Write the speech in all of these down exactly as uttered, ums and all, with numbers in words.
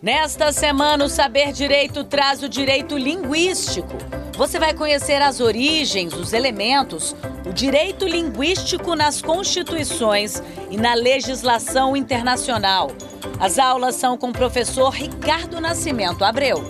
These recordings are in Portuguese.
Nesta semana, o Saber Direito traz o direito linguístico. Você vai conhecer as origens, os elementos, o direito linguístico nas constituições e na legislação internacional. As aulas são com o professor Ricardo Nascimento Abreu.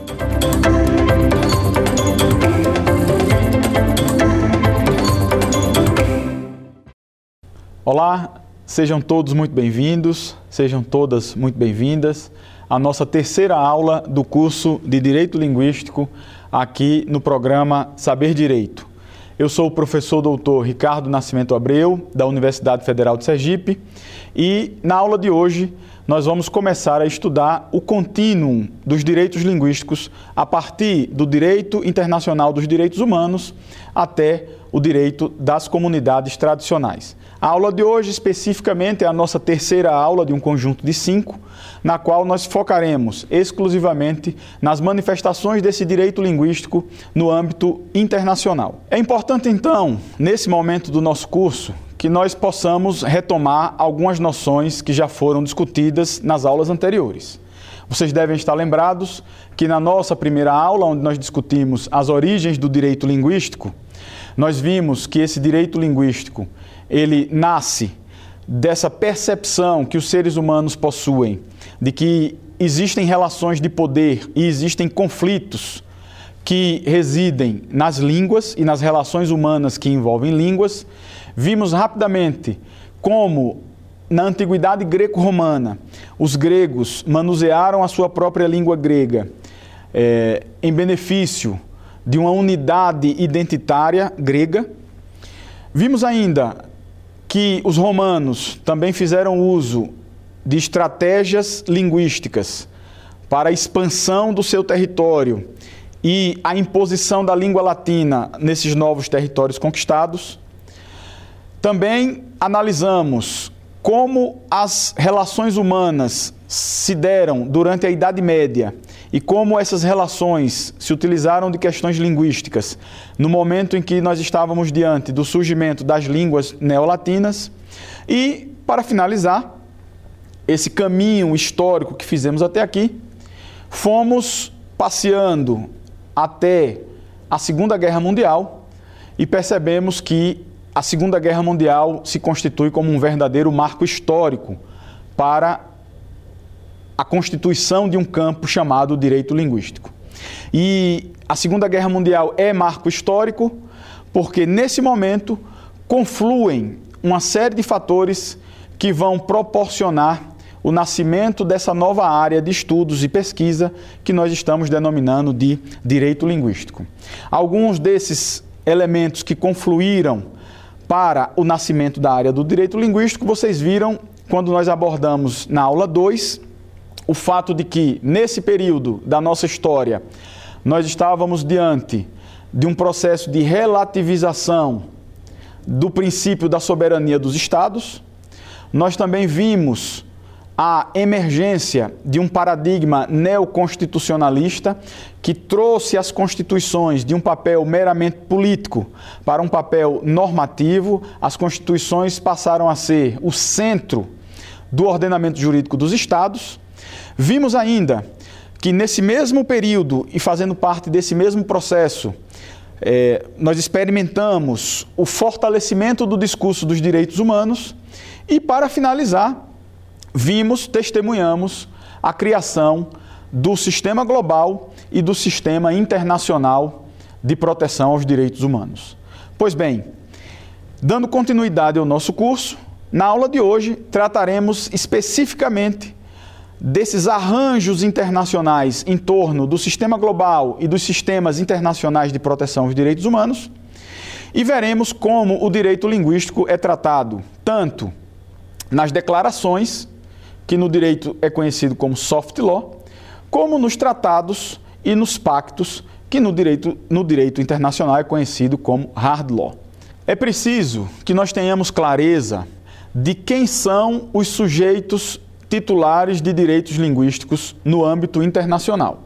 Olá, sejam todos muito bem-vindos, sejam todas muito bem-vindas à nossa terceira aula do curso de Direito Linguístico aqui no programa Saber Direito. Eu sou o professor doutor Ricardo Nascimento Abreu, da Universidade Federal de Sergipe, e na aula de hoje nós vamos começar a estudar o contínuo dos direitos linguísticos a partir do direito internacional dos direitos humanos até o direito das comunidades tradicionais. A aula de hoje, especificamente, é a nossa terceira aula de um conjunto de cinco, na qual nós focaremos exclusivamente nas manifestações desse direito linguístico no âmbito internacional. É importante, então, nesse momento do nosso curso, que nós possamos retomar algumas noções que já foram discutidas nas aulas anteriores. Vocês devem estar lembrados que na nossa primeira aula, onde nós discutimos as origens do direito linguístico, nós vimos que esse direito linguístico ele nasce dessa percepção que os seres humanos possuem de que existem relações de poder e existem conflitos que residem nas línguas e nas relações humanas que envolvem línguas. Vimos rapidamente como, na antiguidade greco-romana, os gregos manusearam a sua própria língua grega é, em benefício de uma unidade identitária grega. Vimos ainda que os romanos também fizeram uso de estratégias linguísticas para a expansão do seu território e a imposição da língua latina nesses novos territórios conquistados. Também analisamos como as relações humanas se deram durante a Idade Média e como essas relações se utilizaram de questões linguísticas no momento em que nós estávamos diante do surgimento das línguas neolatinas. E, para finalizar esse caminho histórico que fizemos até aqui, fomos passeando até a Segunda Guerra Mundial e percebemos que a Segunda Guerra Mundial se constitui como um verdadeiro marco histórico para a constituição de um campo chamado direito linguístico. E a Segunda Guerra Mundial é marco histórico porque, nesse momento, confluem uma série de fatores que vão proporcionar o nascimento dessa nova área de estudos e pesquisa que nós estamos denominando de direito linguístico. Alguns desses elementos que confluíram para o nascimento da área do direito linguístico, vocês viram quando nós abordamos na aula dois, o fato de que, nesse período da nossa história, nós estávamos diante de um processo de relativização do princípio da soberania dos Estados. Nós também vimos a emergência de um paradigma neoconstitucionalista que trouxe as constituições de um papel meramente político para um papel normativo. As constituições passaram a ser o centro do ordenamento jurídico dos Estados. Vimos ainda que nesse mesmo período e fazendo parte desse mesmo processo, é, nós experimentamos o fortalecimento do discurso dos direitos humanos e, para finalizar, vimos, testemunhamos a criação do sistema global e do sistema internacional de proteção aos direitos humanos. Pois bem, dando continuidade ao nosso curso, na aula de hoje trataremos especificamente desses arranjos internacionais em torno do sistema global e dos sistemas internacionais de proteção aos direitos humanos e veremos como o direito linguístico é tratado tanto nas declarações, que no direito é conhecido como soft law, como nos tratados e nos pactos, que no direito, no direito internacional é conhecido como hard law. É preciso que nós tenhamos clareza de quem são os sujeitos titulares de direitos linguísticos no âmbito internacional.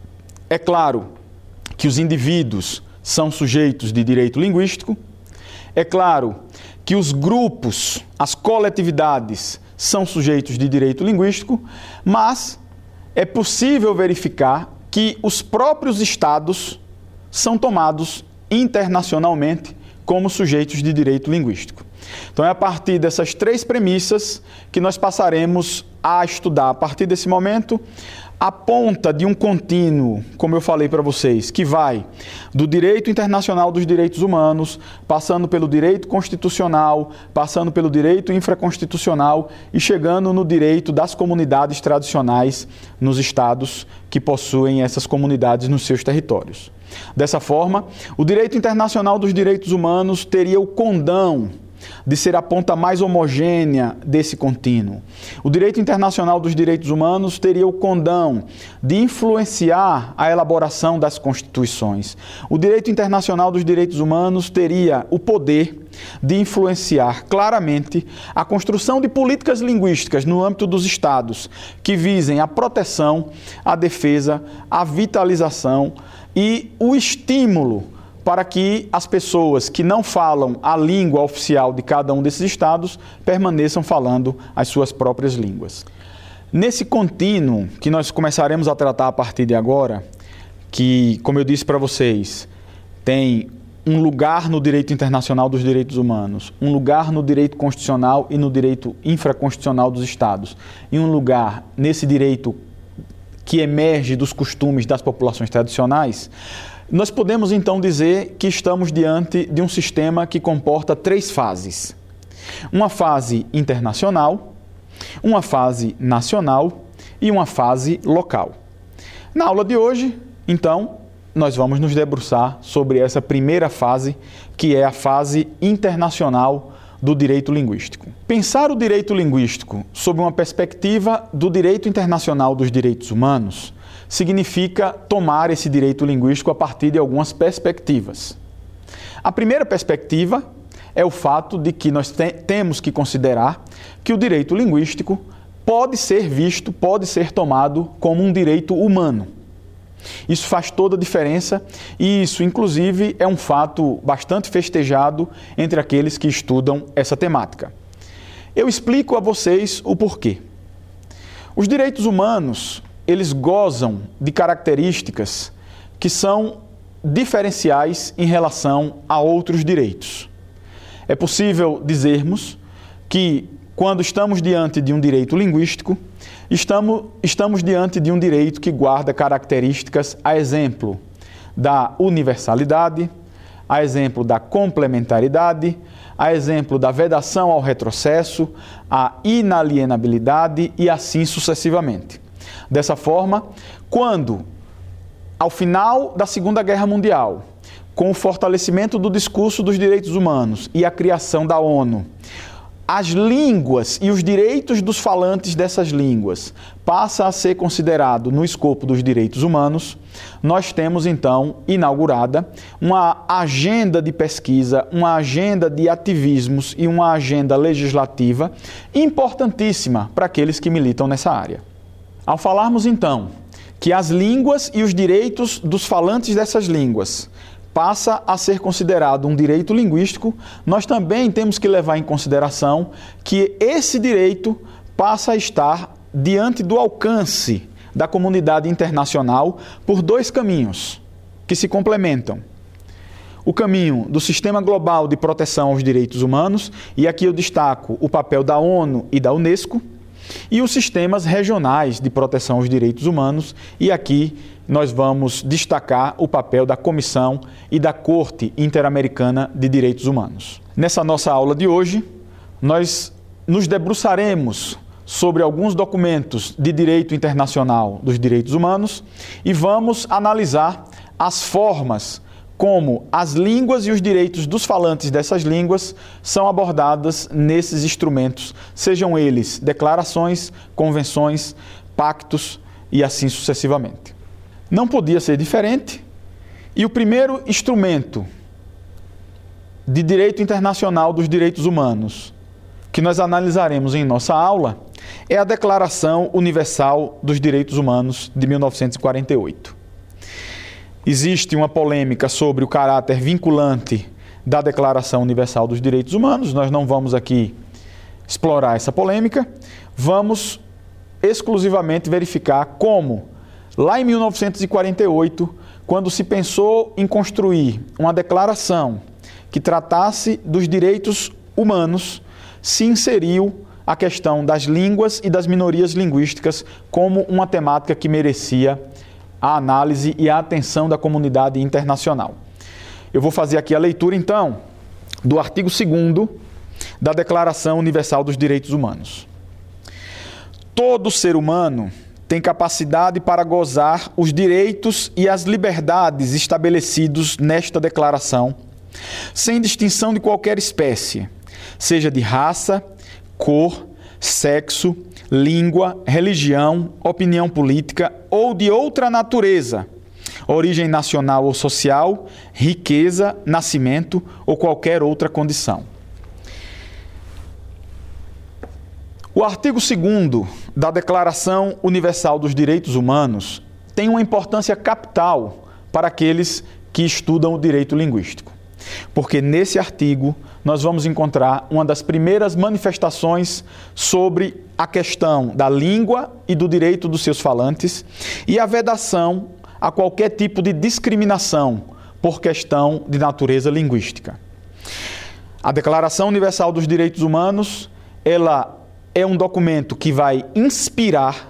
É claro que os indivíduos são sujeitos de direito linguístico, é claro que os grupos, as coletividades, são sujeitos de direito linguístico, mas é possível verificar que os próprios estados são tomados internacionalmente como sujeitos de direito linguístico. Então é a partir dessas três premissas que nós passaremos a estudar, a partir desse momento, a ponta de um contínuo, como eu falei para vocês, que vai do direito internacional dos direitos humanos, passando pelo direito constitucional, passando pelo direito infraconstitucional e chegando no direito das comunidades tradicionais nos estados que possuem essas comunidades nos seus territórios. Dessa forma, o direito internacional dos direitos humanos teria o condão de ser a ponta mais homogênea desse contínuo. O direito internacional dos direitos humanos teria o condão de influenciar a elaboração das constituições. O direito internacional dos direitos humanos teria o poder de influenciar claramente a construção de políticas linguísticas no âmbito dos estados que visem a proteção, a defesa, a vitalização e o estímulo para que as pessoas que não falam a língua oficial de cada um desses estados permaneçam falando as suas próprias línguas. Nesse contínuo que nós começaremos a tratar a partir de agora, que, como eu disse para vocês, tem um lugar no direito internacional dos direitos humanos, um lugar no direito constitucional e no direito infraconstitucional dos estados, e um lugar nesse direito que emerge dos costumes das populações tradicionais, nós podemos então dizer que estamos diante de um sistema que comporta três fases. Uma fase internacional, uma fase nacional e uma fase local. Na aula de hoje, então, nós vamos nos debruçar sobre essa primeira fase, que é a fase internacional do direito linguístico. Pensar o direito linguístico sob uma perspectiva do direito internacional dos direitos humanos significa tomar esse direito linguístico a partir de algumas perspectivas. A primeira perspectiva é o fato de que nós te- temos que considerar que o direito linguístico pode ser visto, pode ser tomado como um direito humano. Isso faz toda a diferença e isso, inclusive, é um fato bastante festejado entre aqueles que estudam essa temática. Eu explico a vocês o porquê. Os direitos humanos, eles gozam de características que são diferenciais em relação a outros direitos. É possível dizermos que, quando estamos diante de um direito linguístico, estamos, estamos diante de um direito que guarda características, a exemplo da universalidade, a exemplo da complementaridade, a exemplo da vedação ao retrocesso, a inalienabilidade e assim sucessivamente. Dessa forma, quando, ao final da Segunda Guerra Mundial, com o fortalecimento do discurso dos direitos humanos e a criação da ONU, as línguas e os direitos dos falantes dessas línguas passa a ser considerado no escopo dos direitos humanos, nós temos então inaugurada uma agenda de pesquisa, uma agenda de ativismos e uma agenda legislativa importantíssima para aqueles que militam nessa área. Ao falarmos então que as línguas e os direitos dos falantes dessas línguas passa a ser considerado um direito linguístico, nós também temos que levar em consideração que esse direito passa a estar diante do alcance da comunidade internacional por dois caminhos que se complementam. O caminho do Sistema Global de Proteção aos Direitos Humanos, e aqui eu destaco o papel da ONU e da Unesco, e os sistemas regionais de proteção aos direitos humanos, e aqui nós vamos destacar o papel da Comissão e da Corte Interamericana de Direitos Humanos. Nessa nossa aula de hoje, nós nos debruçaremos sobre alguns documentos de direito internacional dos direitos humanos e vamos analisar as formas como as línguas e os direitos dos falantes dessas línguas são abordadas nesses instrumentos, sejam eles declarações, convenções, pactos e assim sucessivamente. Não podia ser diferente, e o primeiro instrumento de direito internacional dos direitos humanos que nós analisaremos em nossa aula é a Declaração Universal dos Direitos Humanos de mil novecentos e quarenta e oito. Existe uma polêmica sobre o caráter vinculante da Declaração Universal dos Direitos Humanos. Nós não vamos aqui explorar essa polêmica. Vamos exclusivamente verificar como, lá em mil novecentos e quarenta e oito, quando se pensou em construir uma declaração que tratasse dos direitos humanos, se inseriu a questão das línguas e das minorias linguísticas como uma temática que merecia a análise e a atenção da comunidade internacional. Eu vou fazer aqui a leitura, então, do artigo segundo da Declaração Universal dos Direitos Humanos. Todo ser humano tem capacidade para gozar os direitos e as liberdades estabelecidos nesta declaração, sem distinção de qualquer espécie, seja de raça, cor, sexo, língua, religião, opinião política ou de outra natureza, origem nacional ou social, riqueza, nascimento ou qualquer outra condição. O artigo segundo da Declaração Universal dos Direitos Humanos tem uma importância capital para aqueles que estudam o direito linguístico, porque nesse artigo nós vamos encontrar uma das primeiras manifestações sobre a questão da língua e do direito dos seus falantes e a vedação a qualquer tipo de discriminação por questão de natureza linguística. A Declaração Universal dos Direitos Humanos, ela é um documento que vai inspirar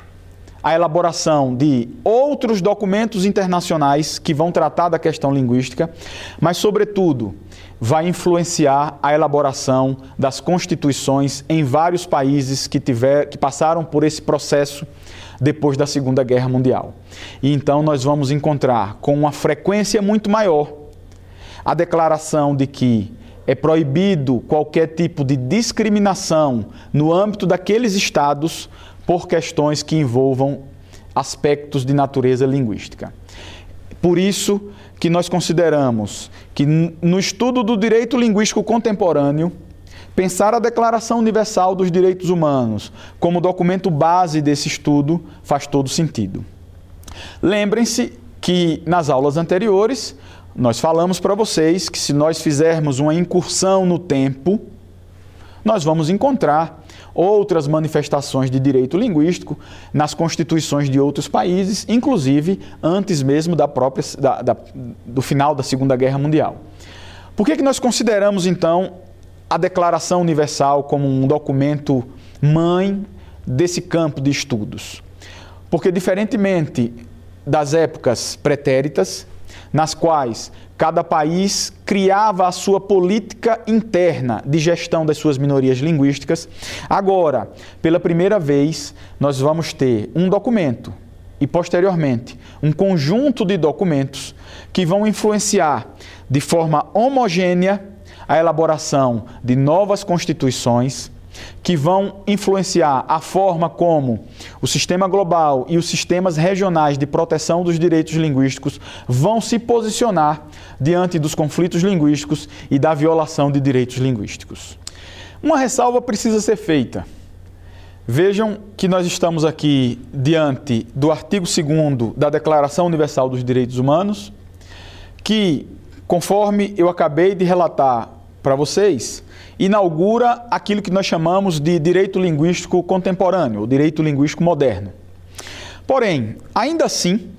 a elaboração de outros documentos internacionais que vão tratar da questão linguística, mas, sobretudo, vai influenciar a elaboração das constituições em vários países que, tiver, que passaram por esse processo depois da Segunda Guerra Mundial. E então nós vamos encontrar com uma frequência muito maior a declaração de que é proibido qualquer tipo de discriminação no âmbito daqueles estados por questões que envolvam aspectos de natureza linguística. Por isso que nós consideramos que no estudo do direito linguístico contemporâneo, pensar a Declaração Universal dos Direitos Humanos como documento base desse estudo faz todo sentido. Lembrem-se que nas aulas anteriores nós falamos para vocês que se nós fizermos uma incursão no tempo, nós vamos encontrar outras manifestações de direito linguístico nas constituições de outros países, inclusive antes mesmo da própria, da, da, do final da Segunda Guerra Mundial. Por que que nós consideramos, então, a Declaração Universal como um documento mãe desse campo de estudos? Porque, diferentemente das épocas pretéritas, nas quais cada país criava a sua política interna de gestão das suas minorias linguísticas, agora, pela primeira vez, nós vamos ter um documento e, posteriormente, um conjunto de documentos que vão influenciar de forma homogênea a elaboração de novas constituições, que vão influenciar a forma como o sistema global e os sistemas regionais de proteção dos direitos linguísticos vão se posicionar diante dos conflitos linguísticos e da violação de direitos linguísticos. Uma ressalva precisa ser feita. Vejam que nós estamos aqui diante do artigo segundo da Declaração Universal dos Direitos Humanos, que, conforme eu acabei de relatar para vocês, inaugura aquilo que nós chamamos de direito linguístico contemporâneo, ou direito linguístico moderno. Porém, ainda assim,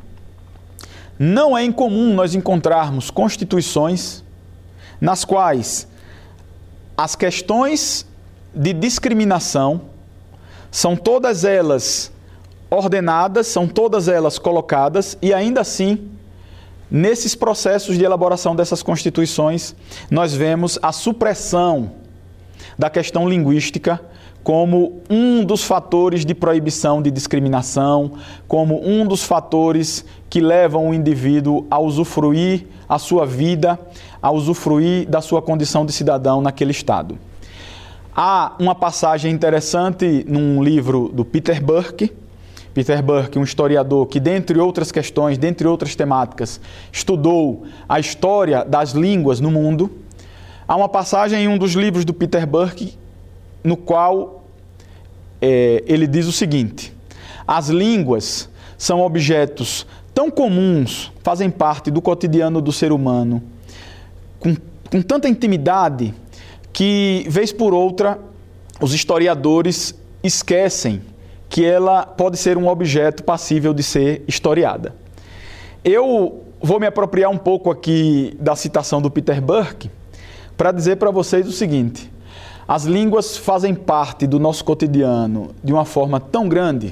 não é incomum nós encontrarmos constituições nas quais as questões de discriminação são todas elas ordenadas, são todas elas colocadas e ainda assim, nesses processos de elaboração dessas constituições, nós vemos a supressão da questão linguística como um dos fatores de proibição de discriminação, como um dos fatores que levam o indivíduo a usufruir a sua vida, a usufruir da sua condição de cidadão naquele estado. Há uma passagem interessante num livro do Peter Burke, Peter Burke, um historiador que, dentre outras questões, dentre outras temáticas, estudou a história das línguas no mundo. Há uma passagem em um dos livros do Peter Burke, no qual é, ele diz o seguinte: as línguas são objetos tão comuns, fazem parte do cotidiano do ser humano, com, com tanta intimidade, que, vez por outra, os historiadores esquecem que ela pode ser um objeto passível de ser historiada. Eu vou me apropriar um pouco aqui da citação do Peter Burke para dizer para vocês o seguinte: as línguas fazem parte do nosso cotidiano de uma forma tão grande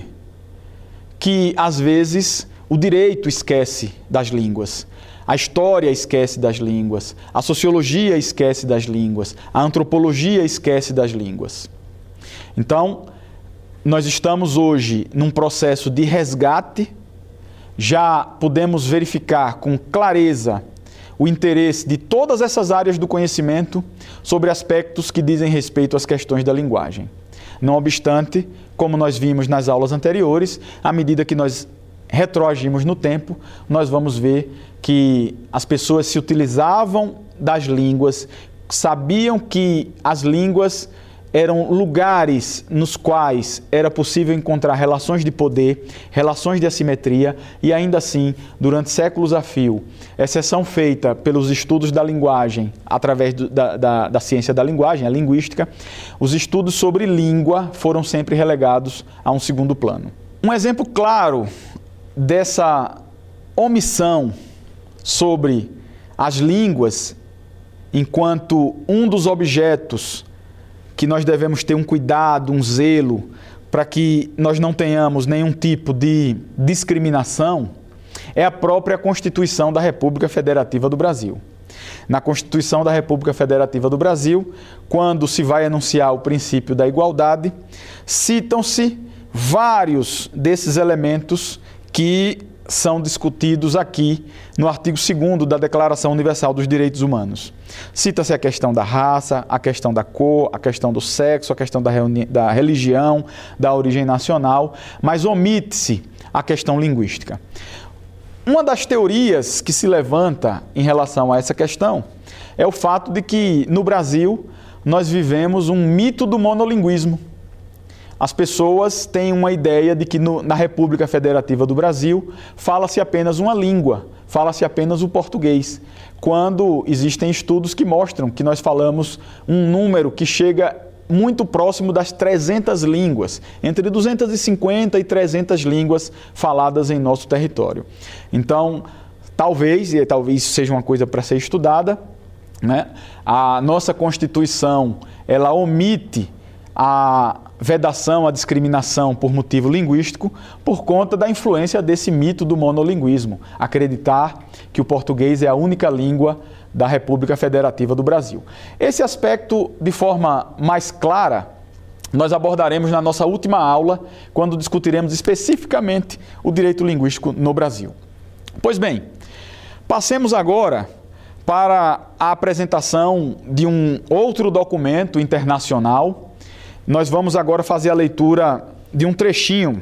que, às vezes, o direito esquece das línguas, a história esquece das línguas, a sociologia esquece das línguas, a antropologia esquece das línguas. Então, nós estamos hoje num processo de resgate, já podemos verificar com clareza o interesse de todas essas áreas do conhecimento sobre aspectos que dizem respeito às questões da linguagem. Não obstante, como nós vimos nas aulas anteriores, à medida que nós retroagimos no tempo, nós vamos ver que as pessoas se utilizavam das línguas, sabiam que as línguas eram lugares nos quais era possível encontrar relações de poder, relações de assimetria, e ainda assim, durante séculos a fio, exceção feita pelos estudos da linguagem, através do, da, da, da ciência da linguagem, a linguística, os estudos sobre língua foram sempre relegados a um segundo plano. Um exemplo claro dessa omissão sobre as línguas enquanto um dos objetos que nós devemos ter um cuidado, um zelo, para que nós não tenhamos nenhum tipo de discriminação, é a própria Constituição da República Federativa do Brasil. Na Constituição da República Federativa do Brasil, quando se vai anunciar o princípio da igualdade, citam-se vários desses elementos que são discutidos aqui no artigo segundo da Declaração Universal dos Direitos Humanos. Cita-se a questão da raça, a questão da cor, a questão do sexo, a questão da, da religião, da origem nacional, mas omite-se a questão linguística. Uma das teorias que se levanta em relação a essa questão é o fato de que, no Brasil, nós vivemos um mito do monolinguismo. As pessoas têm uma ideia de que no, na República Federativa do Brasil fala-se apenas uma língua, fala-se apenas o português, quando existem estudos que mostram que nós falamos um número que chega muito próximo das trezentas línguas, entre duzentas e cinquenta e trezentas línguas faladas em nosso território. Então, talvez, e talvez isso seja uma coisa para ser estudada, né? A nossa Constituição, ela omite a vedação, a discriminação por motivo linguístico, por conta da influência desse mito do monolinguismo, acreditar que o português é a única língua da República Federativa do Brasil. Esse aspecto, de forma mais clara, nós abordaremos na nossa última aula, quando discutiremos especificamente o direito linguístico no Brasil. Pois bem, passemos agora para a apresentação de um outro documento internacional. Nós vamos agora fazer a leitura de um trechinho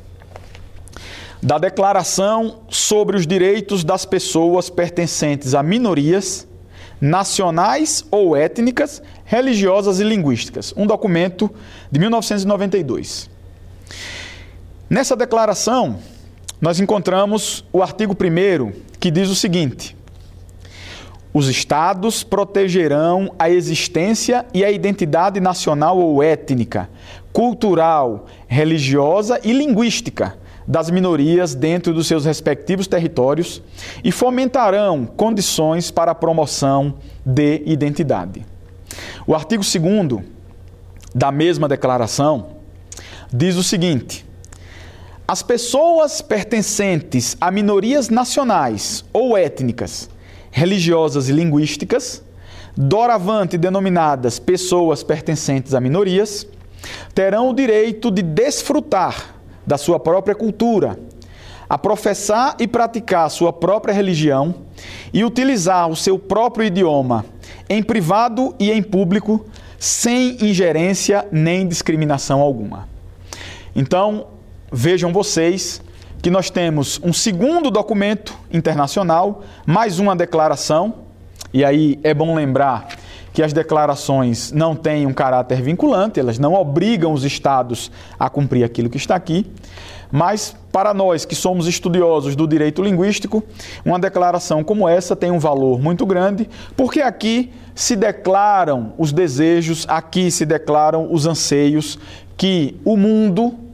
da Declaração sobre os Direitos das Pessoas Pertencentes a Minorias Nacionais ou Étnicas, Religiosas e Linguísticas, um documento de mil novecentos e noventa e dois. Nessa declaração, nós encontramos o artigo primeiro, que diz o seguinte: os Estados protegerão a existência e a identidade nacional ou étnica, cultural, religiosa e linguística das minorias dentro dos seus respectivos territórios e fomentarão condições para a promoção de identidade. O artigo segundo da mesma declaração diz o seguinte: as pessoas pertencentes a minorias nacionais ou étnicas, religiosas e linguísticas, doravante denominadas pessoas pertencentes a minorias, terão o direito de desfrutar da sua própria cultura, a professar e praticar sua própria religião e utilizar o seu próprio idioma em privado e em público, sem ingerência nem discriminação alguma. Então, vejam vocês que nós temos um segundo documento internacional, mais uma declaração, e aí é bom lembrar que as declarações não têm um caráter vinculante, elas não obrigam os Estados a cumprir aquilo que está aqui, mas para nós que somos estudiosos do direito linguístico, uma declaração como essa tem um valor muito grande, porque aqui se declaram os desejos, aqui se declaram os anseios que o mundo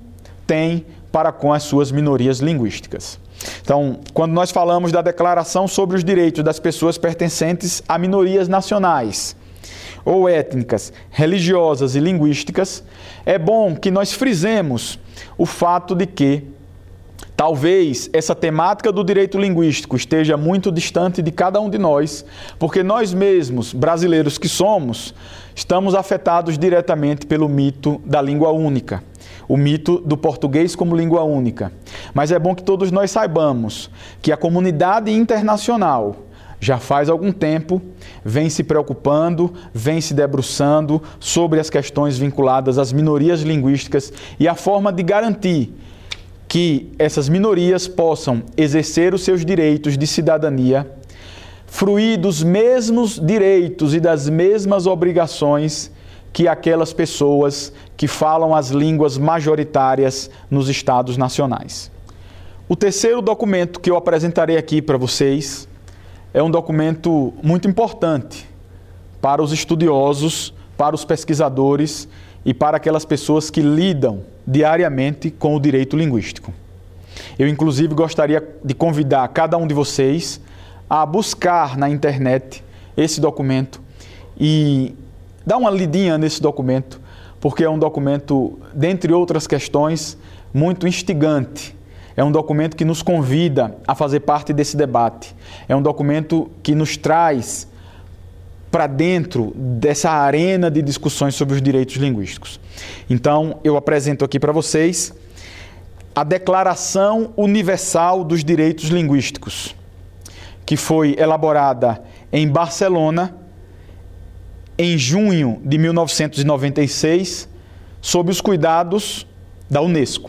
tem para com as suas minorias linguísticas. Então, quando nós falamos da Declaração sobre os Direitos das Pessoas Pertencentes a Minorias Nacionais ou étnicas, religiosas e linguísticas, é bom que nós frisemos o fato de que talvez essa temática do direito linguístico esteja muito distante de cada um de nós, porque nós mesmos, brasileiros que somos, estamos afetados diretamente pelo mito da língua única, o mito do português como língua única. Mas é bom que todos nós saibamos que a comunidade internacional já faz algum tempo vem se preocupando, vem se debruçando sobre as questões vinculadas às minorias linguísticas e a forma de garantir que essas minorias possam exercer os seus direitos de cidadania, fruir dos mesmos direitos e das mesmas obrigações que aquelas pessoas que falam as línguas majoritárias nos estados nacionais. O terceiro documento que eu apresentarei aqui para vocês é um documento muito importante para os estudiosos, para os pesquisadores e para aquelas pessoas que lidam diariamente com o direito linguístico. Eu, inclusive, gostaria de convidar cada um de vocês a buscar na internet esse documento e dar uma lidinha nesse documento, porque é um documento, dentre outras questões, muito instigante. É um documento que nos convida a fazer parte desse debate. É um documento que nos traz para dentro dessa arena de discussões sobre os direitos linguísticos. Então, eu apresento aqui para vocês a Declaração Universal dos Direitos Linguísticos, que foi elaborada em Barcelona em junho de mil novecentos e noventa e seis, sob os cuidados da Unesco.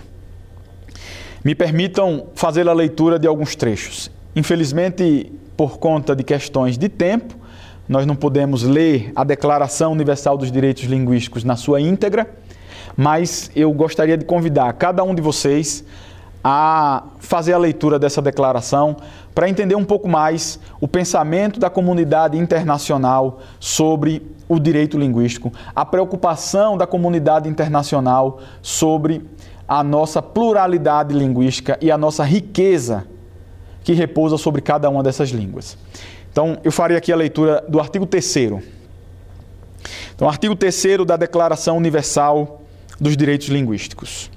Me permitam fazer a leitura de alguns trechos. Infelizmente, por conta de questões de tempo, nós não podemos ler a Declaração Universal dos Direitos Linguísticos na sua íntegra, mas eu gostaria de convidar cada um de vocês a fazer a leitura dessa declaração para entender um pouco mais o pensamento da comunidade internacional sobre o direito linguístico, a preocupação da comunidade internacional sobre a nossa pluralidade linguística e a nossa riqueza que repousa sobre cada uma dessas línguas. Então, eu farei aqui a leitura do artigo terceiro. Então, artigo terceiro da Declaração Universal dos Direitos Linguísticos.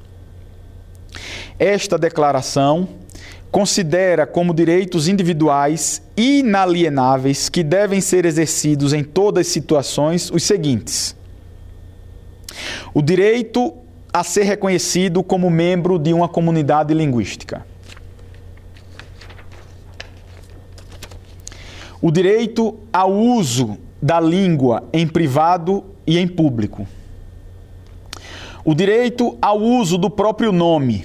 Esta declaração considera como direitos individuais inalienáveis que devem ser exercidos em todas as situações os seguintes: o direito a ser reconhecido como membro de uma comunidade linguística, o direito ao uso da língua em privado e em público, o direito ao uso do próprio nome,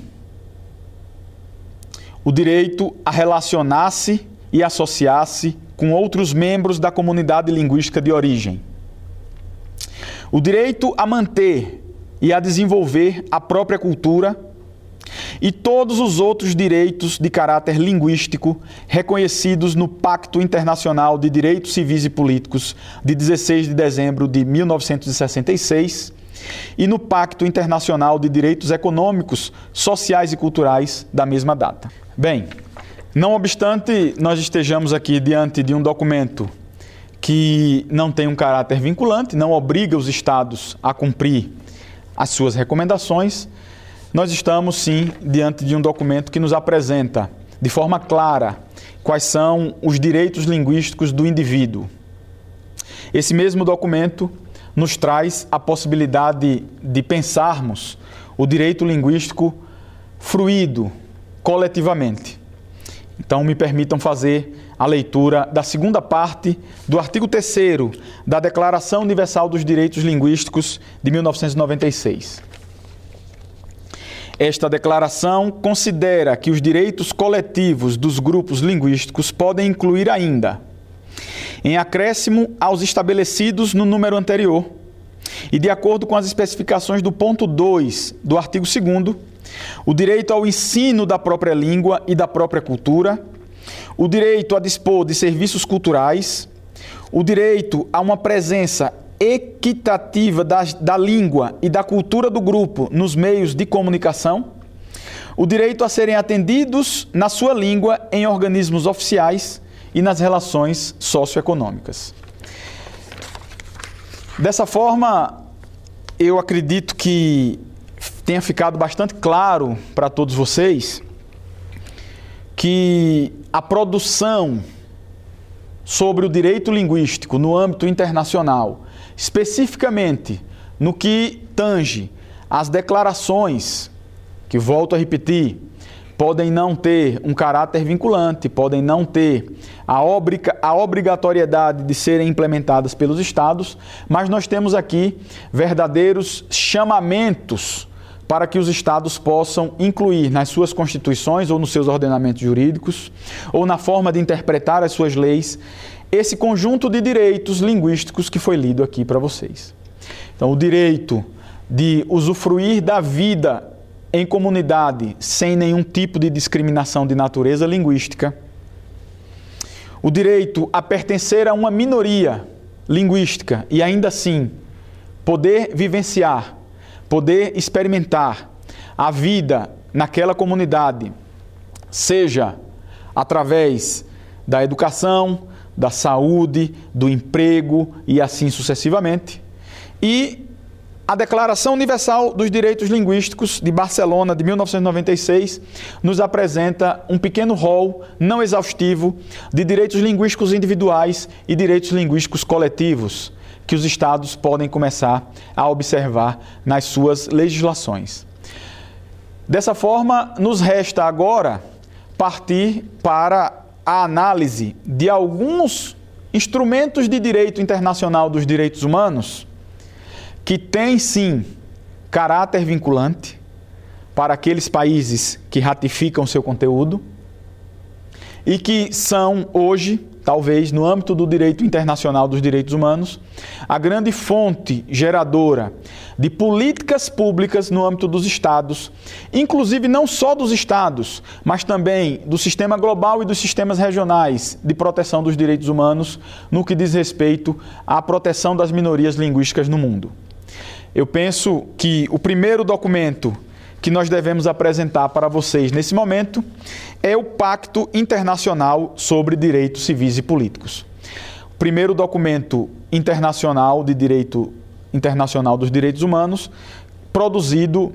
o direito a relacionar-se e associar-se com outros membros da comunidade linguística de origem, o direito a manter e a desenvolver a própria cultura e todos os outros direitos de caráter linguístico reconhecidos no Pacto Internacional de Direitos Civis e Políticos de dezesseis de dezembro de mil novecentos e sessenta e seis e no Pacto Internacional de Direitos Econômicos, Sociais e Culturais da mesma data. Bem, não obstante nós estejamos aqui diante de um documento que não tem um caráter vinculante, não obriga os Estados a cumprir as suas recomendações, nós estamos sim diante de um documento que nos apresenta de forma clara quais são os direitos linguísticos do indivíduo. Esse mesmo documento nos traz a possibilidade de pensarmos o direito linguístico fruído coletivamente. Então, me permitam fazer a leitura da segunda parte do artigo terceiro da Declaração Universal dos Direitos Linguísticos de mil novecentos e noventa e seis. Esta declaração considera que os direitos coletivos dos grupos linguísticos podem incluir ainda, em acréscimo aos estabelecidos no número anterior, e de acordo com as especificações do ponto dois do artigo segundo, o direito ao ensino da própria língua e da própria cultura, o direito a dispor de serviços culturais, o direito a uma presença equitativa da, da língua e da cultura do grupo nos meios de comunicação, o direito a serem atendidos na sua língua em organismos oficiais e nas relações socioeconômicas. Dessa forma, eu acredito que tenha ficado bastante claro para todos vocês que a produção sobre o direito linguístico no âmbito internacional, especificamente no que tange às declarações, que volto a repetir, podem não ter um caráter vinculante, podem não ter a, obriga- a obrigatoriedade de serem implementadas pelos Estados, mas nós temos aqui verdadeiros chamamentos para que os Estados possam incluir nas suas constituições ou nos seus ordenamentos jurídicos, ou na forma de interpretar as suas leis, esse conjunto de direitos linguísticos que foi lido aqui para vocês. Então, o direito de usufruir da vida em comunidade sem nenhum tipo de discriminação de natureza linguística, o direito a pertencer a uma minoria linguística e ainda assim poder vivenciar, poder experimentar a vida naquela comunidade, seja através da educação, da saúde, do emprego e assim sucessivamente. E a Declaração Universal dos Direitos Linguísticos de Barcelona, de mil novecentos e noventa e seis, nos apresenta um pequeno rol não exaustivo de direitos linguísticos individuais e direitos linguísticos coletivos, que os Estados podem começar a observar nas suas legislações. Dessa forma, nos resta agora partir para a análise de alguns instrumentos de direito internacional dos direitos humanos que têm, sim, caráter vinculante para aqueles países que ratificam seu conteúdo e que são hoje, talvez, no âmbito do direito internacional dos direitos humanos, a grande fonte geradora de políticas públicas no âmbito dos Estados, inclusive não só dos Estados, mas também do sistema global e dos sistemas regionais de proteção dos direitos humanos no que diz respeito à proteção das minorias linguísticas no mundo. Eu penso que o primeiro documento que nós devemos apresentar para vocês nesse momento é o Pacto Internacional sobre Direitos Civis e Políticos. O primeiro documento internacional de direito internacional dos direitos humanos, produzido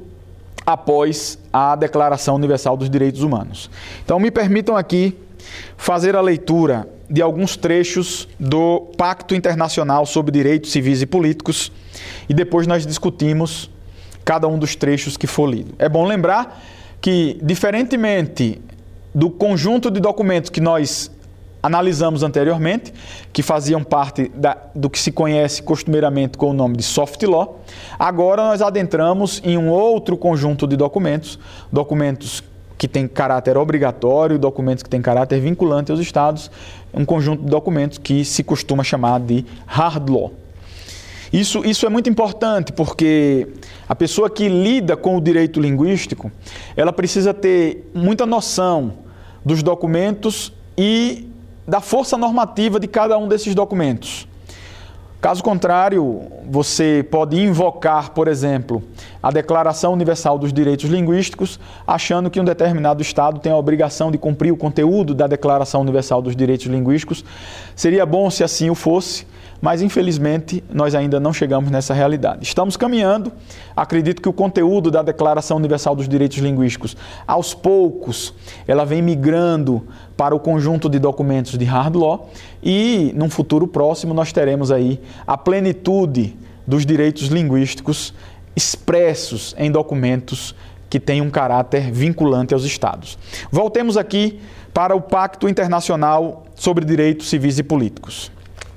após a Declaração Universal dos Direitos Humanos. Então, me permitam aqui fazer a leitura de alguns trechos do Pacto Internacional sobre Direitos Civis e Políticos e depois nós discutimos cada um dos trechos que for lido. É bom lembrar que, diferentemente do conjunto de documentos que nós analisamos anteriormente, que faziam parte da, do que se conhece costumeiramente com o nome de soft law, agora nós adentramos em um outro conjunto de documentos, documentos que têm caráter obrigatório, documentos que têm caráter vinculante aos Estados, um conjunto de documentos que se costuma chamar de hard law. Isso, isso é muito importante porque a pessoa que lida com o direito linguístico, ela precisa ter muita noção dos documentos e da força normativa de cada um desses documentos. Caso contrário, você pode invocar, por exemplo, a Declaração Universal dos Direitos Linguísticos, achando que um determinado Estado tem a obrigação de cumprir o conteúdo da Declaração Universal dos Direitos Linguísticos. Seria bom se assim o fosse, mas infelizmente nós ainda não chegamos nessa realidade. Estamos caminhando, acredito que o conteúdo da Declaração Universal dos Direitos Linguísticos, aos poucos, ela vem migrando para o conjunto de documentos de hard law e, num futuro próximo, nós teremos aí a plenitude dos direitos linguísticos expressos em documentos que têm um caráter vinculante aos Estados. Voltemos aqui para o Pacto Internacional sobre Direitos Civis e Políticos.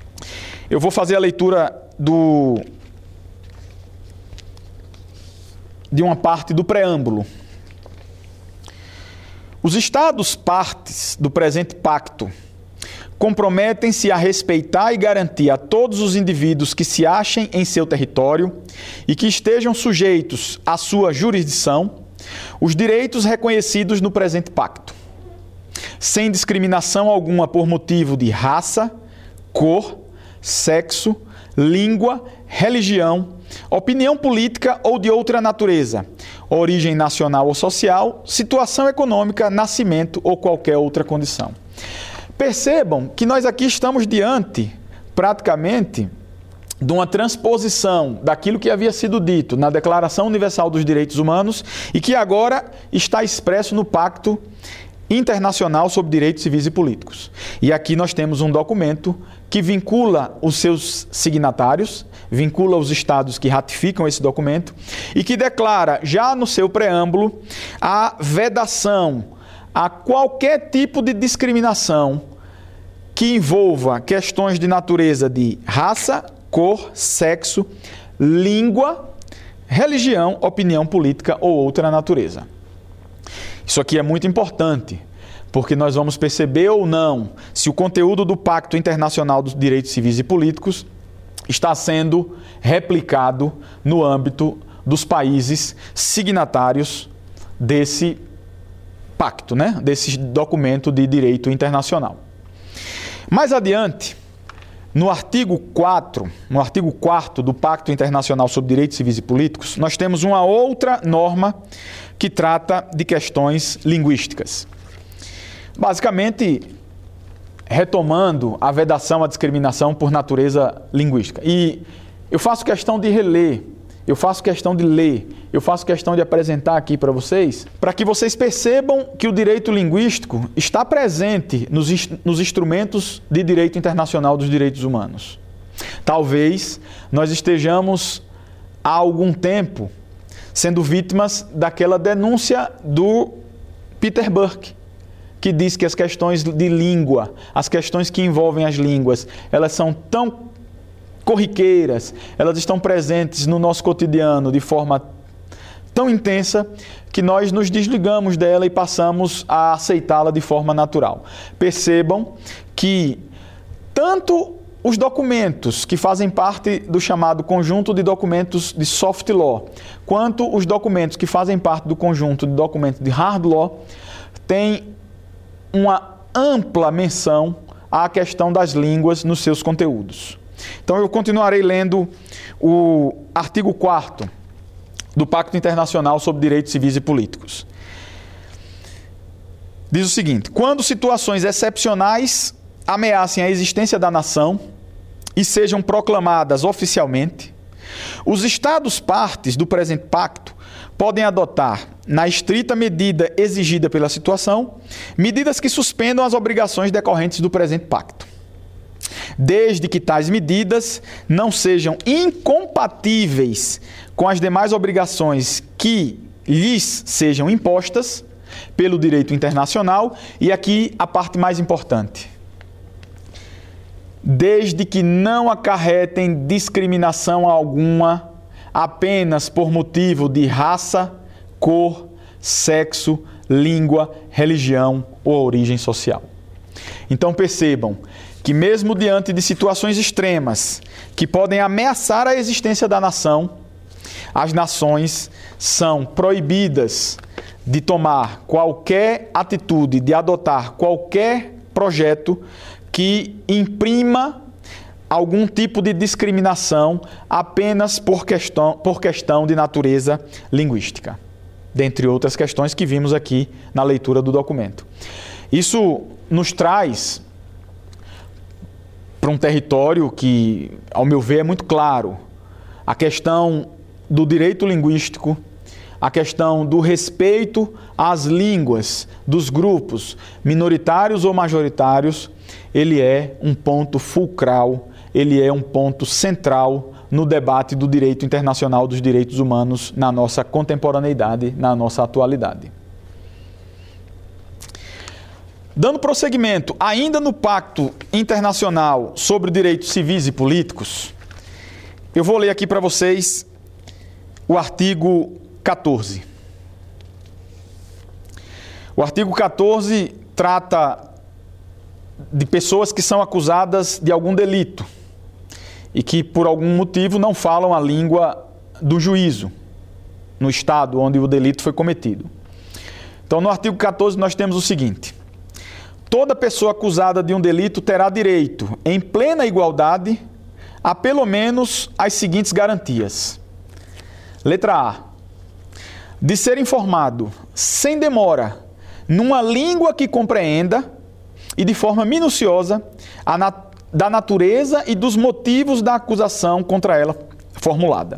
Eu vou fazer a leitura do, de uma parte do preâmbulo. Os Estados partes do presente pacto comprometem-se a respeitar e garantir a todos os indivíduos que se achem em seu território e que estejam sujeitos à sua jurisdição os direitos reconhecidos no presente pacto, sem discriminação alguma por motivo de raça, cor, sexo, língua, religião, opinião política ou de outra natureza, origem nacional ou social, situação econômica, nascimento ou qualquer outra condição. Percebam que nós aqui estamos diante, praticamente, de uma transposição daquilo que havia sido dito na Declaração Universal dos Direitos Humanos e que agora está expresso no Pacto Internacional sobre Direitos Civis e Políticos. E aqui nós temos um documento que vincula os seus signatários, vincula os estados que ratificam esse documento e que declara, já no seu preâmbulo, a vedação a qualquer tipo de discriminação que envolva questões de natureza de raça, cor, sexo, língua, religião, opinião política ou outra natureza. Isso aqui é muito importante, porque nós vamos perceber ou não se o conteúdo do Pacto Internacional dos Direitos Civis e Políticos está sendo replicado no âmbito dos países signatários desse pacto, né? Desse documento de direito internacional. Mais adiante, no artigo quatro, no artigo quarto do Pacto Internacional sobre Direitos Civis e Políticos, nós temos uma outra norma que trata de questões linguísticas. Basicamente, retomando a vedação à discriminação por natureza linguística. E eu faço questão de reler, eu faço questão de ler, eu faço questão de apresentar aqui para vocês, para que vocês percebam que o direito linguístico está presente nos, nos instrumentos de direito internacional dos direitos humanos. Talvez nós estejamos há algum tempo sendo vítimas daquela denúncia do Peter Burke, que diz que as questões de língua, as questões que envolvem as línguas, elas são tão corriqueiras, elas estão presentes no nosso cotidiano de forma tão intensa que nós nos desligamos dela e passamos a aceitá-la de forma natural. Percebam que tanto os documentos que fazem parte do chamado conjunto de documentos de soft law, quanto os documentos que fazem parte do conjunto de documentos de hard law, têm uma ampla menção à questão das línguas nos seus conteúdos. Então eu continuarei lendo o artigo quarto do Pacto Internacional sobre Direitos Civis e Políticos. Diz o seguinte: quando situações excepcionais ameacem a existência da nação e sejam proclamadas oficialmente, os Estados partes do presente pacto podem adotar, na estrita medida exigida pela situação, medidas que suspendam as obrigações decorrentes do presente pacto, desde que tais medidas não sejam incompatíveis com as demais obrigações que lhes sejam impostas pelo direito internacional, e aqui a parte mais importante: desde que não acarretem discriminação alguma apenas por motivo de raça, cor, sexo, língua, religião ou origem social. Então percebam que mesmo diante de situações extremas que podem ameaçar a existência da nação, as nações são proibidas de tomar qualquer atitude, de adotar qualquer projeto que imprima algum tipo de discriminação apenas por questão, por questão de natureza linguística, dentre outras questões que vimos aqui na leitura do documento. Isso nos traz para um território que, ao meu ver, é muito claro: a questão do direito linguístico, a questão do respeito às línguas dos grupos minoritários ou majoritários, ele é um ponto fulcral, ele é um ponto central no debate do direito internacional dos direitos humanos na nossa contemporaneidade, na nossa atualidade. Dando prosseguimento, ainda no Pacto Internacional sobre Direitos Civis e Políticos, eu vou ler aqui para vocês o artigo quatorze. O artigo quatorze trata de pessoas que são acusadas de algum delito e que, por algum motivo, não falam a língua do juízo no estado onde o delito foi cometido. Então, no artigo quatorze, nós temos o seguinte: toda pessoa acusada de um delito terá direito, em plena igualdade, há pelo menos as seguintes garantias. Letra A. De ser informado sem demora numa língua que compreenda e de forma minuciosa a nat- da natureza e dos motivos da acusação contra ela formulada.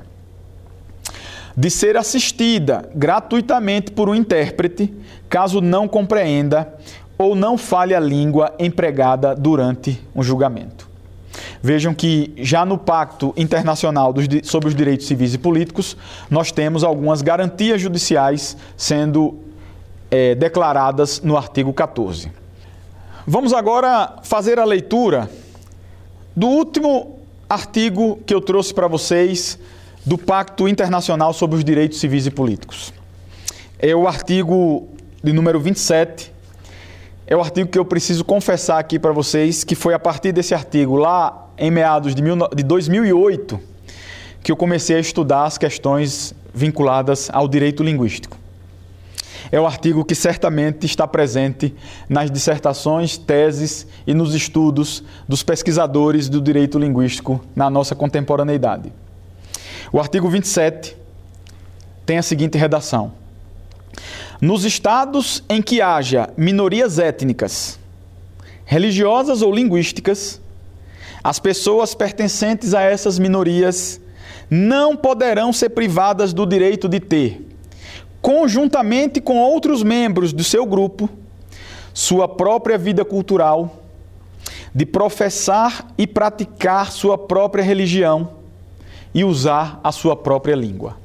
De ser assistida gratuitamente por um intérprete, caso não compreenda ou não fale a língua empregada durante um julgamento. Vejam que já no Pacto Internacional dos, sobre os Direitos Civis e Políticos, nós temos algumas garantias judiciais sendo é, declaradas no artigo quatorze. Vamos agora fazer a leitura do último artigo que eu trouxe para vocês do Pacto Internacional sobre os Direitos Civis e Políticos. É o artigo de número vinte e sete. É o artigo que eu preciso confessar aqui para vocês, que foi a partir desse artigo, lá em meados de, mil, de dois mil e oito, que eu comecei a estudar as questões vinculadas ao direito linguístico. É o artigo que certamente está presente nas dissertações, teses e nos estudos dos pesquisadores do direito linguístico na nossa contemporaneidade. O artigo vinte e sete tem a seguinte redação: nos estados em que haja minorias étnicas, religiosas ou linguísticas, as pessoas pertencentes a essas minorias não poderão ser privadas do direito de ter, conjuntamente com outros membros do seu grupo, sua própria vida cultural, de professar e praticar sua própria religião e usar a sua própria língua.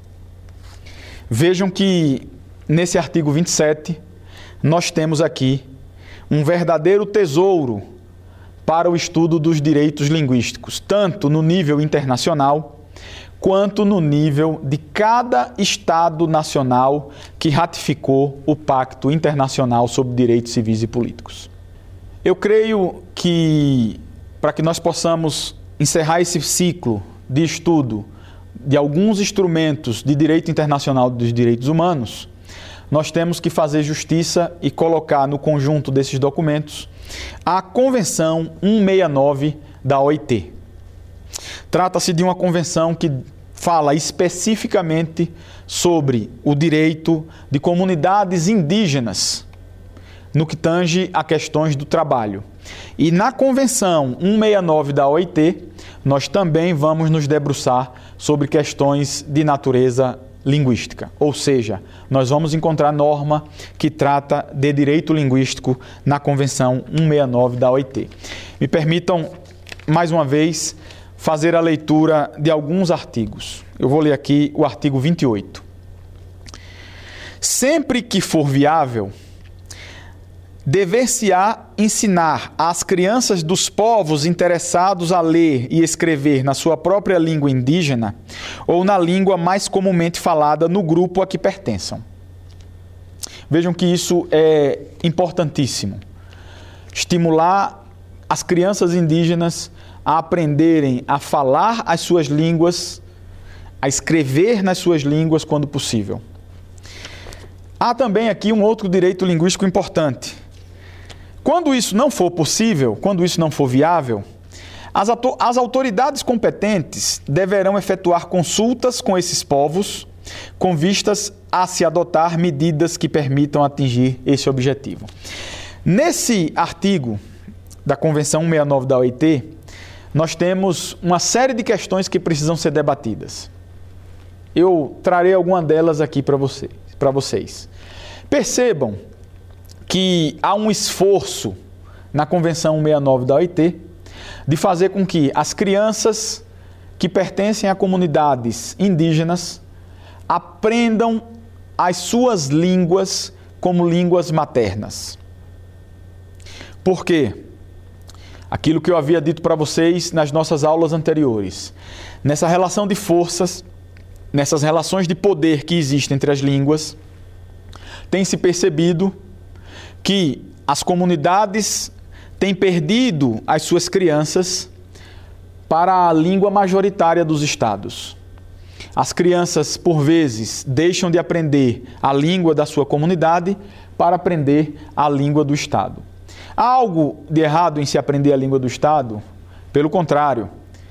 Vejam que nesse artigo vinte e sete, nós temos aqui um verdadeiro tesouro para o estudo dos direitos linguísticos, tanto no nível internacional, quanto no nível de cada Estado nacional que ratificou o Pacto Internacional sobre Direitos Civis e Políticos. Eu creio que, para que nós possamos encerrar esse ciclo de estudo de alguns instrumentos de direito internacional dos direitos humanos, nós temos que fazer justiça e colocar no conjunto desses documentos a Convenção cento e sessenta e nove da O I T. Trata-se de uma convenção que fala especificamente sobre o direito de comunidades indígenas no que tange a questões do trabalho. E na Convenção cento e sessenta e nove da O I T, nós também vamos nos debruçar sobre questões de natureza linguística, ou seja, nós vamos encontrar norma que trata de direito linguístico na Convenção cento e sessenta e nove da O I T. Me permitam, mais uma vez, fazer a leitura de alguns artigos. Eu vou ler aqui o artigo vinte e oito. Sempre que for viável, dever-se-á ensinar às crianças dos povos interessados a ler e escrever na sua própria língua indígena ou na língua mais comumente falada no grupo a que pertençam. Vejam que isso é importantíssimo. Estimular as crianças indígenas a aprenderem a falar as suas línguas, a escrever nas suas línguas quando possível. Há também aqui um outro direito linguístico importante. Quando isso não for possível, quando isso não for viável, as, as autoridades competentes deverão efetuar consultas com esses povos, com vistas a se adotar medidas que permitam atingir esse objetivo. Nesse artigo da Convenção cento e sessenta e nove da O I T, nós temos uma série de questões que precisam ser debatidas. Eu trarei alguma delas aqui para você, para vocês. Percebam que há um esforço na Convenção cento e sessenta e nove da O I T de fazer com que as crianças que pertencem a comunidades indígenas aprendam as suas línguas como línguas maternas. Por quê? Aquilo que eu havia dito para vocês nas nossas aulas anteriores. Nessa relação de forças, nessas relações de poder que existem entre as línguas, tem se percebido que as comunidades têm perdido as suas crianças para a língua majoritária dos estados. As crianças, por vezes, deixam de aprender a língua da sua comunidade para aprender a língua do estado. Há algo de errado em se aprender a língua do estado? Pelo contrário,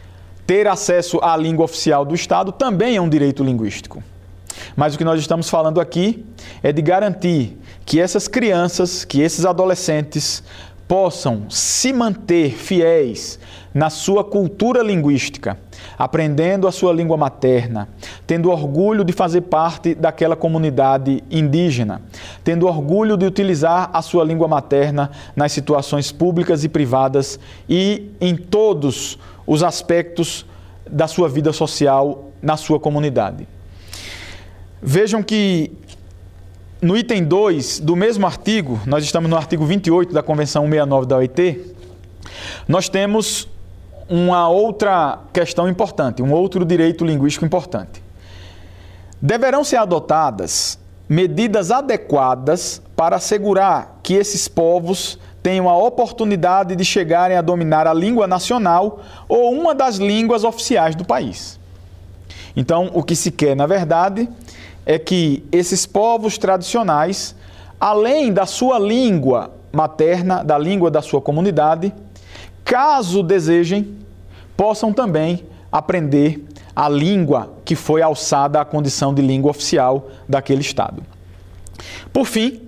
ter acesso à língua oficial do Estado também é um direito linguístico. Mas o que nós estamos falando aqui é de garantir que essas crianças, que esses adolescentes possam se manter fiéis na sua cultura linguística, aprendendo a sua língua materna, tendo orgulho de fazer parte daquela comunidade indígena, tendo orgulho de utilizar a sua língua materna nas situações públicas e privadas e em todos os aspectos da sua vida social na sua comunidade. Vejam que no item dois do mesmo artigo, nós estamos no artigo vinte e oito da Convenção cento e sessenta e nove da O I T, nós temos uma outra questão importante, um outro direito linguístico importante. Deverão ser adotadas medidas adequadas para assegurar que esses povos tenham a oportunidade de chegarem a dominar a língua nacional ou uma das línguas oficiais do país. Então, o que se quer, na verdade, é que esses povos tradicionais, além da sua língua materna, da língua da sua comunidade, caso desejem, possam também aprender a língua que foi alçada à condição de língua oficial daquele Estado. Por fim,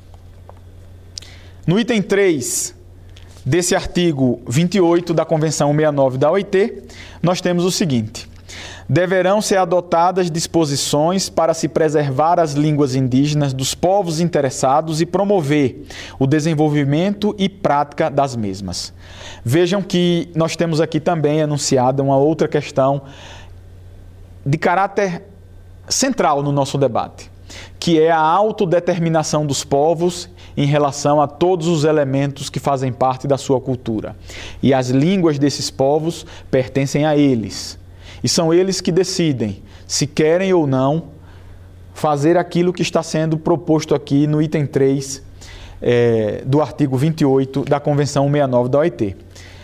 no item três desse artigo vinte e oito da Convenção cento e sessenta e nove da O I T, nós temos o seguinte: deverão ser adotadas disposições para se preservar as línguas indígenas dos povos interessados e promover o desenvolvimento e prática das mesmas. Vejam que nós temos aqui também enunciada uma outra questão de caráter central no nosso debate, que é a autodeterminação dos povos em relação a todos os elementos que fazem parte da sua cultura. E as línguas desses povos pertencem a eles. E são eles que decidem se querem ou não fazer aquilo que está sendo proposto aqui no item três é, do artigo vinte e oito da Convenção cento e sessenta e nove da O I T.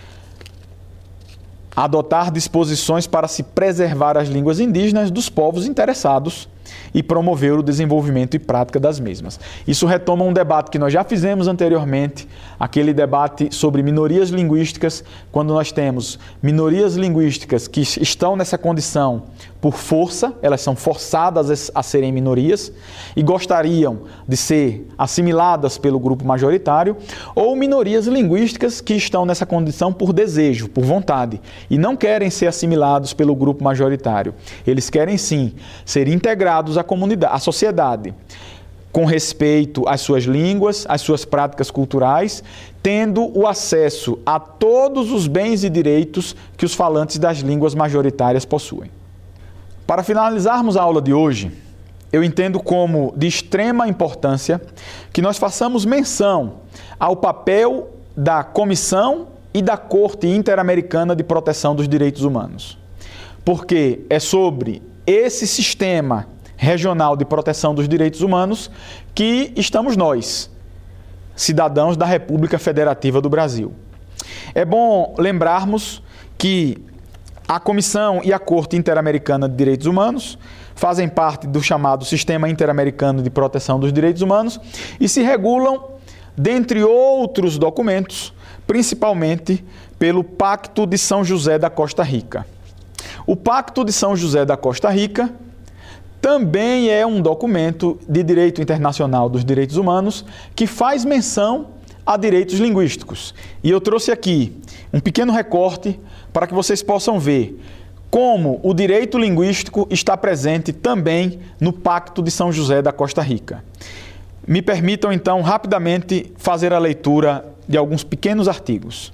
Adotar disposições para se preservar as línguas indígenas dos povos interessados e promover o desenvolvimento e prática das mesmas. Isso retoma um debate que nós já fizemos anteriormente, aquele debate sobre minorias linguísticas, quando nós temos minorias linguísticas que estão nessa condição por força, elas são forçadas a serem minorias e gostariam de ser assimiladas pelo grupo majoritário, ou minorias linguísticas que estão nessa condição por desejo, por vontade, e não querem ser assimilados pelo grupo majoritário. Eles querem sim ser integrados à comunidade, à sociedade, com respeito às suas línguas, às suas práticas culturais, tendo o acesso a todos os bens e direitos que os falantes das línguas majoritárias possuem. Para finalizarmos a aula de hoje, eu entendo como de extrema importância que nós façamos menção ao papel da Comissão e da Corte Interamericana de Proteção dos Direitos Humanos, porque é sobre esse sistema regional de proteção dos direitos humanos que estamos nós, cidadãos da República Federativa do Brasil. É bom lembrarmos que a Comissão e a Corte Interamericana de Direitos Humanos fazem parte do chamado Sistema Interamericano de Proteção dos Direitos Humanos e se regulam, dentre outros documentos, principalmente pelo Pacto de São José da Costa Rica. O Pacto de São José da Costa Rica também é um documento de direito internacional dos direitos humanos que faz menção a direitos linguísticos. E eu trouxe aqui um pequeno recorte para que vocês possam ver como o direito linguístico está presente também no Pacto de São José da Costa Rica. Me permitam, então, rapidamente fazer a leitura de alguns pequenos artigos.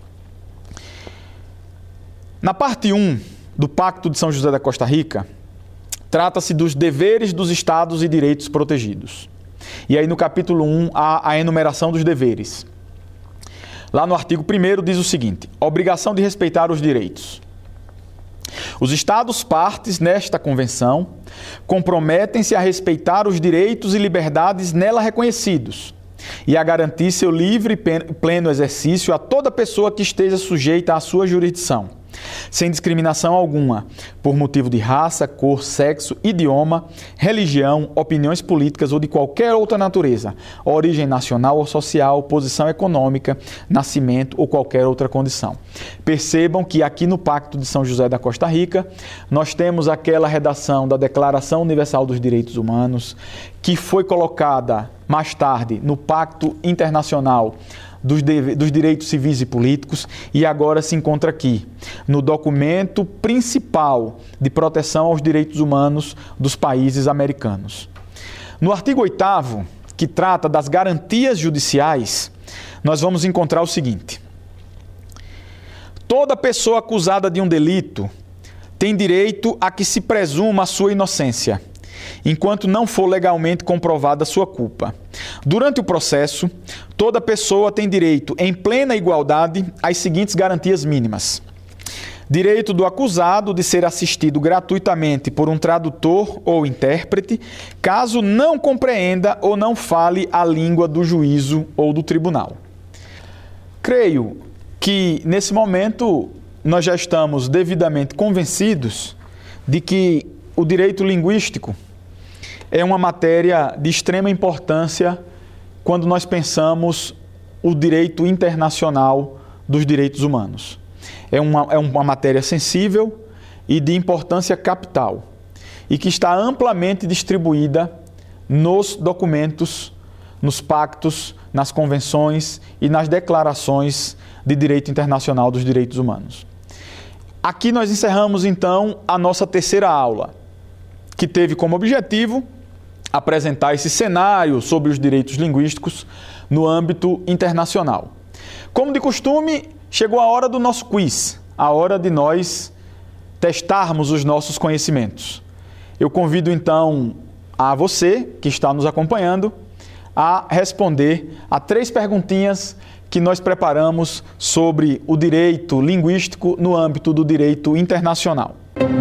Na parte um do Pacto de São José da Costa Rica, trata-se dos deveres dos Estados e direitos protegidos. E aí no capítulo um há a enumeração dos deveres. Lá no artigo primeiro diz o seguinte: obrigação de respeitar os direitos. Os Estados partes nesta convenção comprometem-se a respeitar os direitos e liberdades nela reconhecidos e a garantir seu livre e pleno exercício a toda pessoa que esteja sujeita à sua jurisdição, sem discriminação alguma, por motivo de raça, cor, sexo, idioma, religião, opiniões políticas ou de qualquer outra natureza, origem nacional ou social, posição econômica, nascimento ou qualquer outra condição. Percebam que aqui no Pacto de São José da Costa Rica, nós temos aquela redação da Declaração Universal dos Direitos Humanos, que foi colocada mais tarde no Pacto Internacional Dos, de, dos Direitos Civis e Políticos e agora se encontra aqui, no documento principal de proteção aos direitos humanos dos países americanos. No artigo oitavo, que trata das garantias judiciais, nós vamos encontrar o seguinte: toda pessoa acusada de um delito tem direito a que se presuma a sua inocência, enquanto não for legalmente comprovada a sua culpa. Durante o processo, toda pessoa tem direito, em plena igualdade, às seguintes garantias mínimas: direito do acusado de ser assistido gratuitamente por um tradutor ou intérprete, caso não compreenda ou não fale a língua do juízo ou do tribunal. Creio que, nesse momento, nós já estamos devidamente convencidos de que o direito linguístico é uma matéria de extrema importância quando nós pensamos o direito internacional dos direitos humanos. É uma, é uma matéria sensível e de importância capital e que está amplamente distribuída nos documentos, nos pactos, nas convenções e nas declarações de direito internacional dos direitos humanos. Aqui nós encerramos então a nossa terceira aula, que teve como objetivo apresentar esse cenário sobre os direitos linguísticos no âmbito internacional. Como de costume, chegou a hora do nosso quiz, a hora de nós testarmos os nossos conhecimentos. Eu convido então a você, que está nos acompanhando, a responder a três perguntinhas que nós preparamos sobre o direito linguístico no âmbito do direito internacional.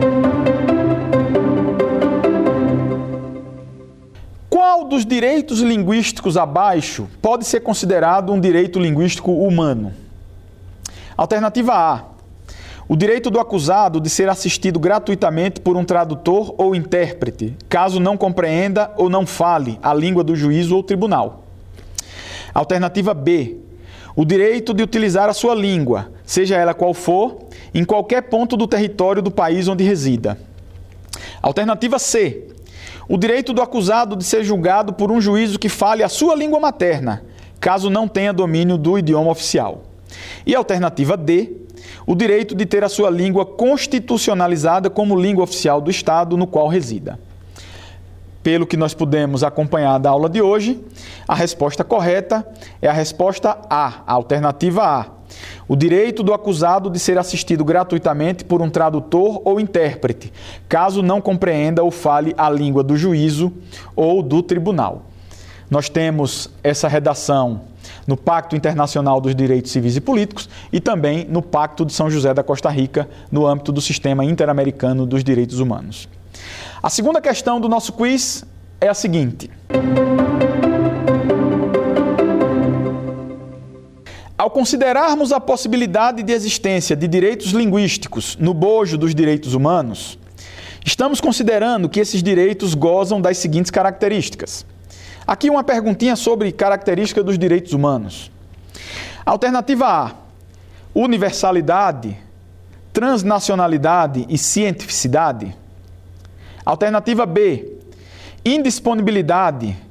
Qual dos direitos linguísticos abaixo pode ser considerado um direito linguístico humano? Alternativa A: o direito do acusado de ser assistido gratuitamente por um tradutor ou intérprete, caso não compreenda ou não fale a língua do juízo ou tribunal. Alternativa B: o direito de utilizar a sua língua, seja ela qual for, em qualquer ponto do território do país onde resida. Alternativa C: o direito do acusado de ser julgado por um juízo que fale a sua língua materna, caso não tenha domínio do idioma oficial. E alternativa D: o direito de ter a sua língua constitucionalizada como língua oficial do Estado no qual resida. Pelo que nós pudemos acompanhar da aula de hoje, a resposta correta é a resposta A, a alternativa A. O direito do acusado de ser assistido gratuitamente por um tradutor ou intérprete, caso não compreenda ou fale a língua do juízo ou do tribunal. Nós temos essa redação no Pacto Internacional dos Direitos Civis e Políticos e também no Pacto de São José da Costa Rica, no âmbito do Sistema Interamericano dos Direitos Humanos. A segunda questão do nosso quiz é a seguinte: ao considerarmos a possibilidade de existência de direitos linguísticos no bojo dos direitos humanos, estamos considerando que esses direitos gozam das seguintes características. Aqui uma perguntinha sobre característica dos direitos humanos. Alternativa A: universalidade, transnacionalidade e cientificidade. Alternativa B: indisponibilidade,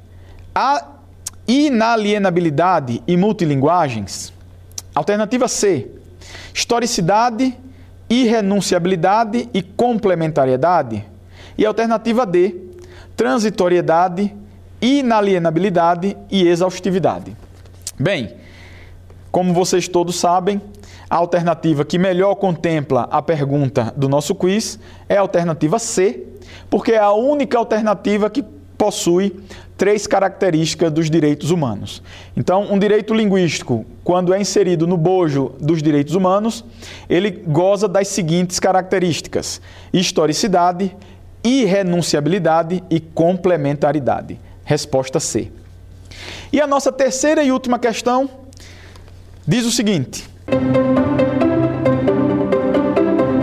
inalienabilidade e multilinguagens. Alternativa C: historicidade, irrenunciabilidade e complementariedade. E alternativa D: transitoriedade, inalienabilidade e exaustividade. Bem, como vocês todos sabem, a alternativa que melhor contempla a pergunta do nosso quiz é a alternativa C, porque é a única alternativa que possui três características dos direitos humanos. Então, um direito linguístico, quando é inserido no bojo dos direitos humanos, ele goza das seguintes características: historicidade, irrenunciabilidade e complementaridade. Resposta C. E a nossa terceira e última questão diz o seguinte: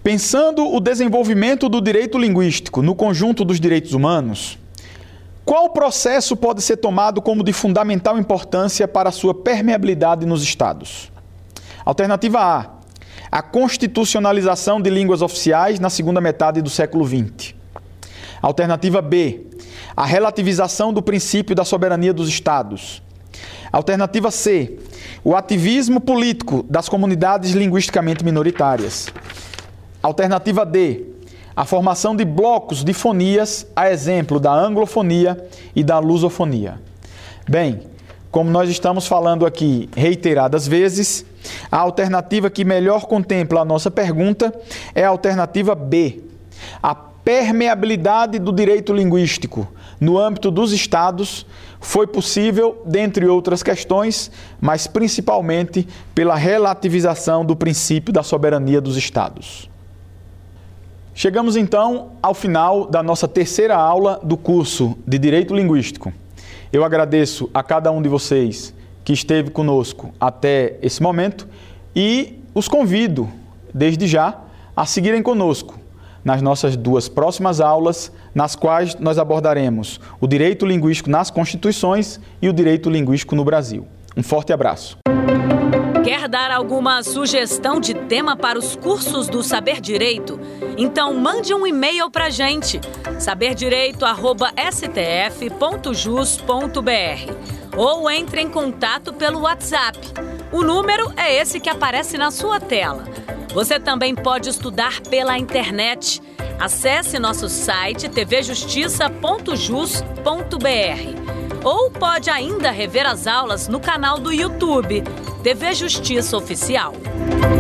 Pensando o desenvolvimento do direito linguístico no conjunto dos direitos humanos, qual processo pode ser tomado como de fundamental importância para a sua permeabilidade nos Estados? Alternativa A, a constitucionalização de línguas oficiais na segunda metade do século vinte. Alternativa B, a relativização do princípio da soberania dos Estados. Alternativa C, o ativismo político das comunidades linguisticamente minoritárias. Alternativa D, a formação de blocos de fonias, a exemplo da anglofonia e da lusofonia. Bem, como nós estamos falando aqui reiteradas vezes, a alternativa que melhor contempla a nossa pergunta é a alternativa B, a permeabilidade do direito linguístico no âmbito dos Estados foi possível, dentre outras questões, mas principalmente pela relativização do princípio da soberania dos Estados. Chegamos então ao final da nossa terceira aula do curso de Direito Linguístico. Eu agradeço a cada um de vocês que esteve conosco até esse momento e os convido, desde já, a seguirem conosco nas nossas duas próximas aulas, nas quais nós abordaremos o direito linguístico nas Constituições e o direito linguístico no Brasil. Um forte abraço. Quer dar alguma sugestão de tema para os cursos do Saber Direito? Então mande um e-mail para a gente, saber direito arroba s t f ponto jus ponto b r, ou entre em contato pelo WhatsApp. O número é esse que aparece na sua tela. Você também pode estudar pela internet. Acesse nosso site t v justiça ponto jus ponto b r ou pode ainda rever as aulas no canal do YouTube T V Justiça Oficial.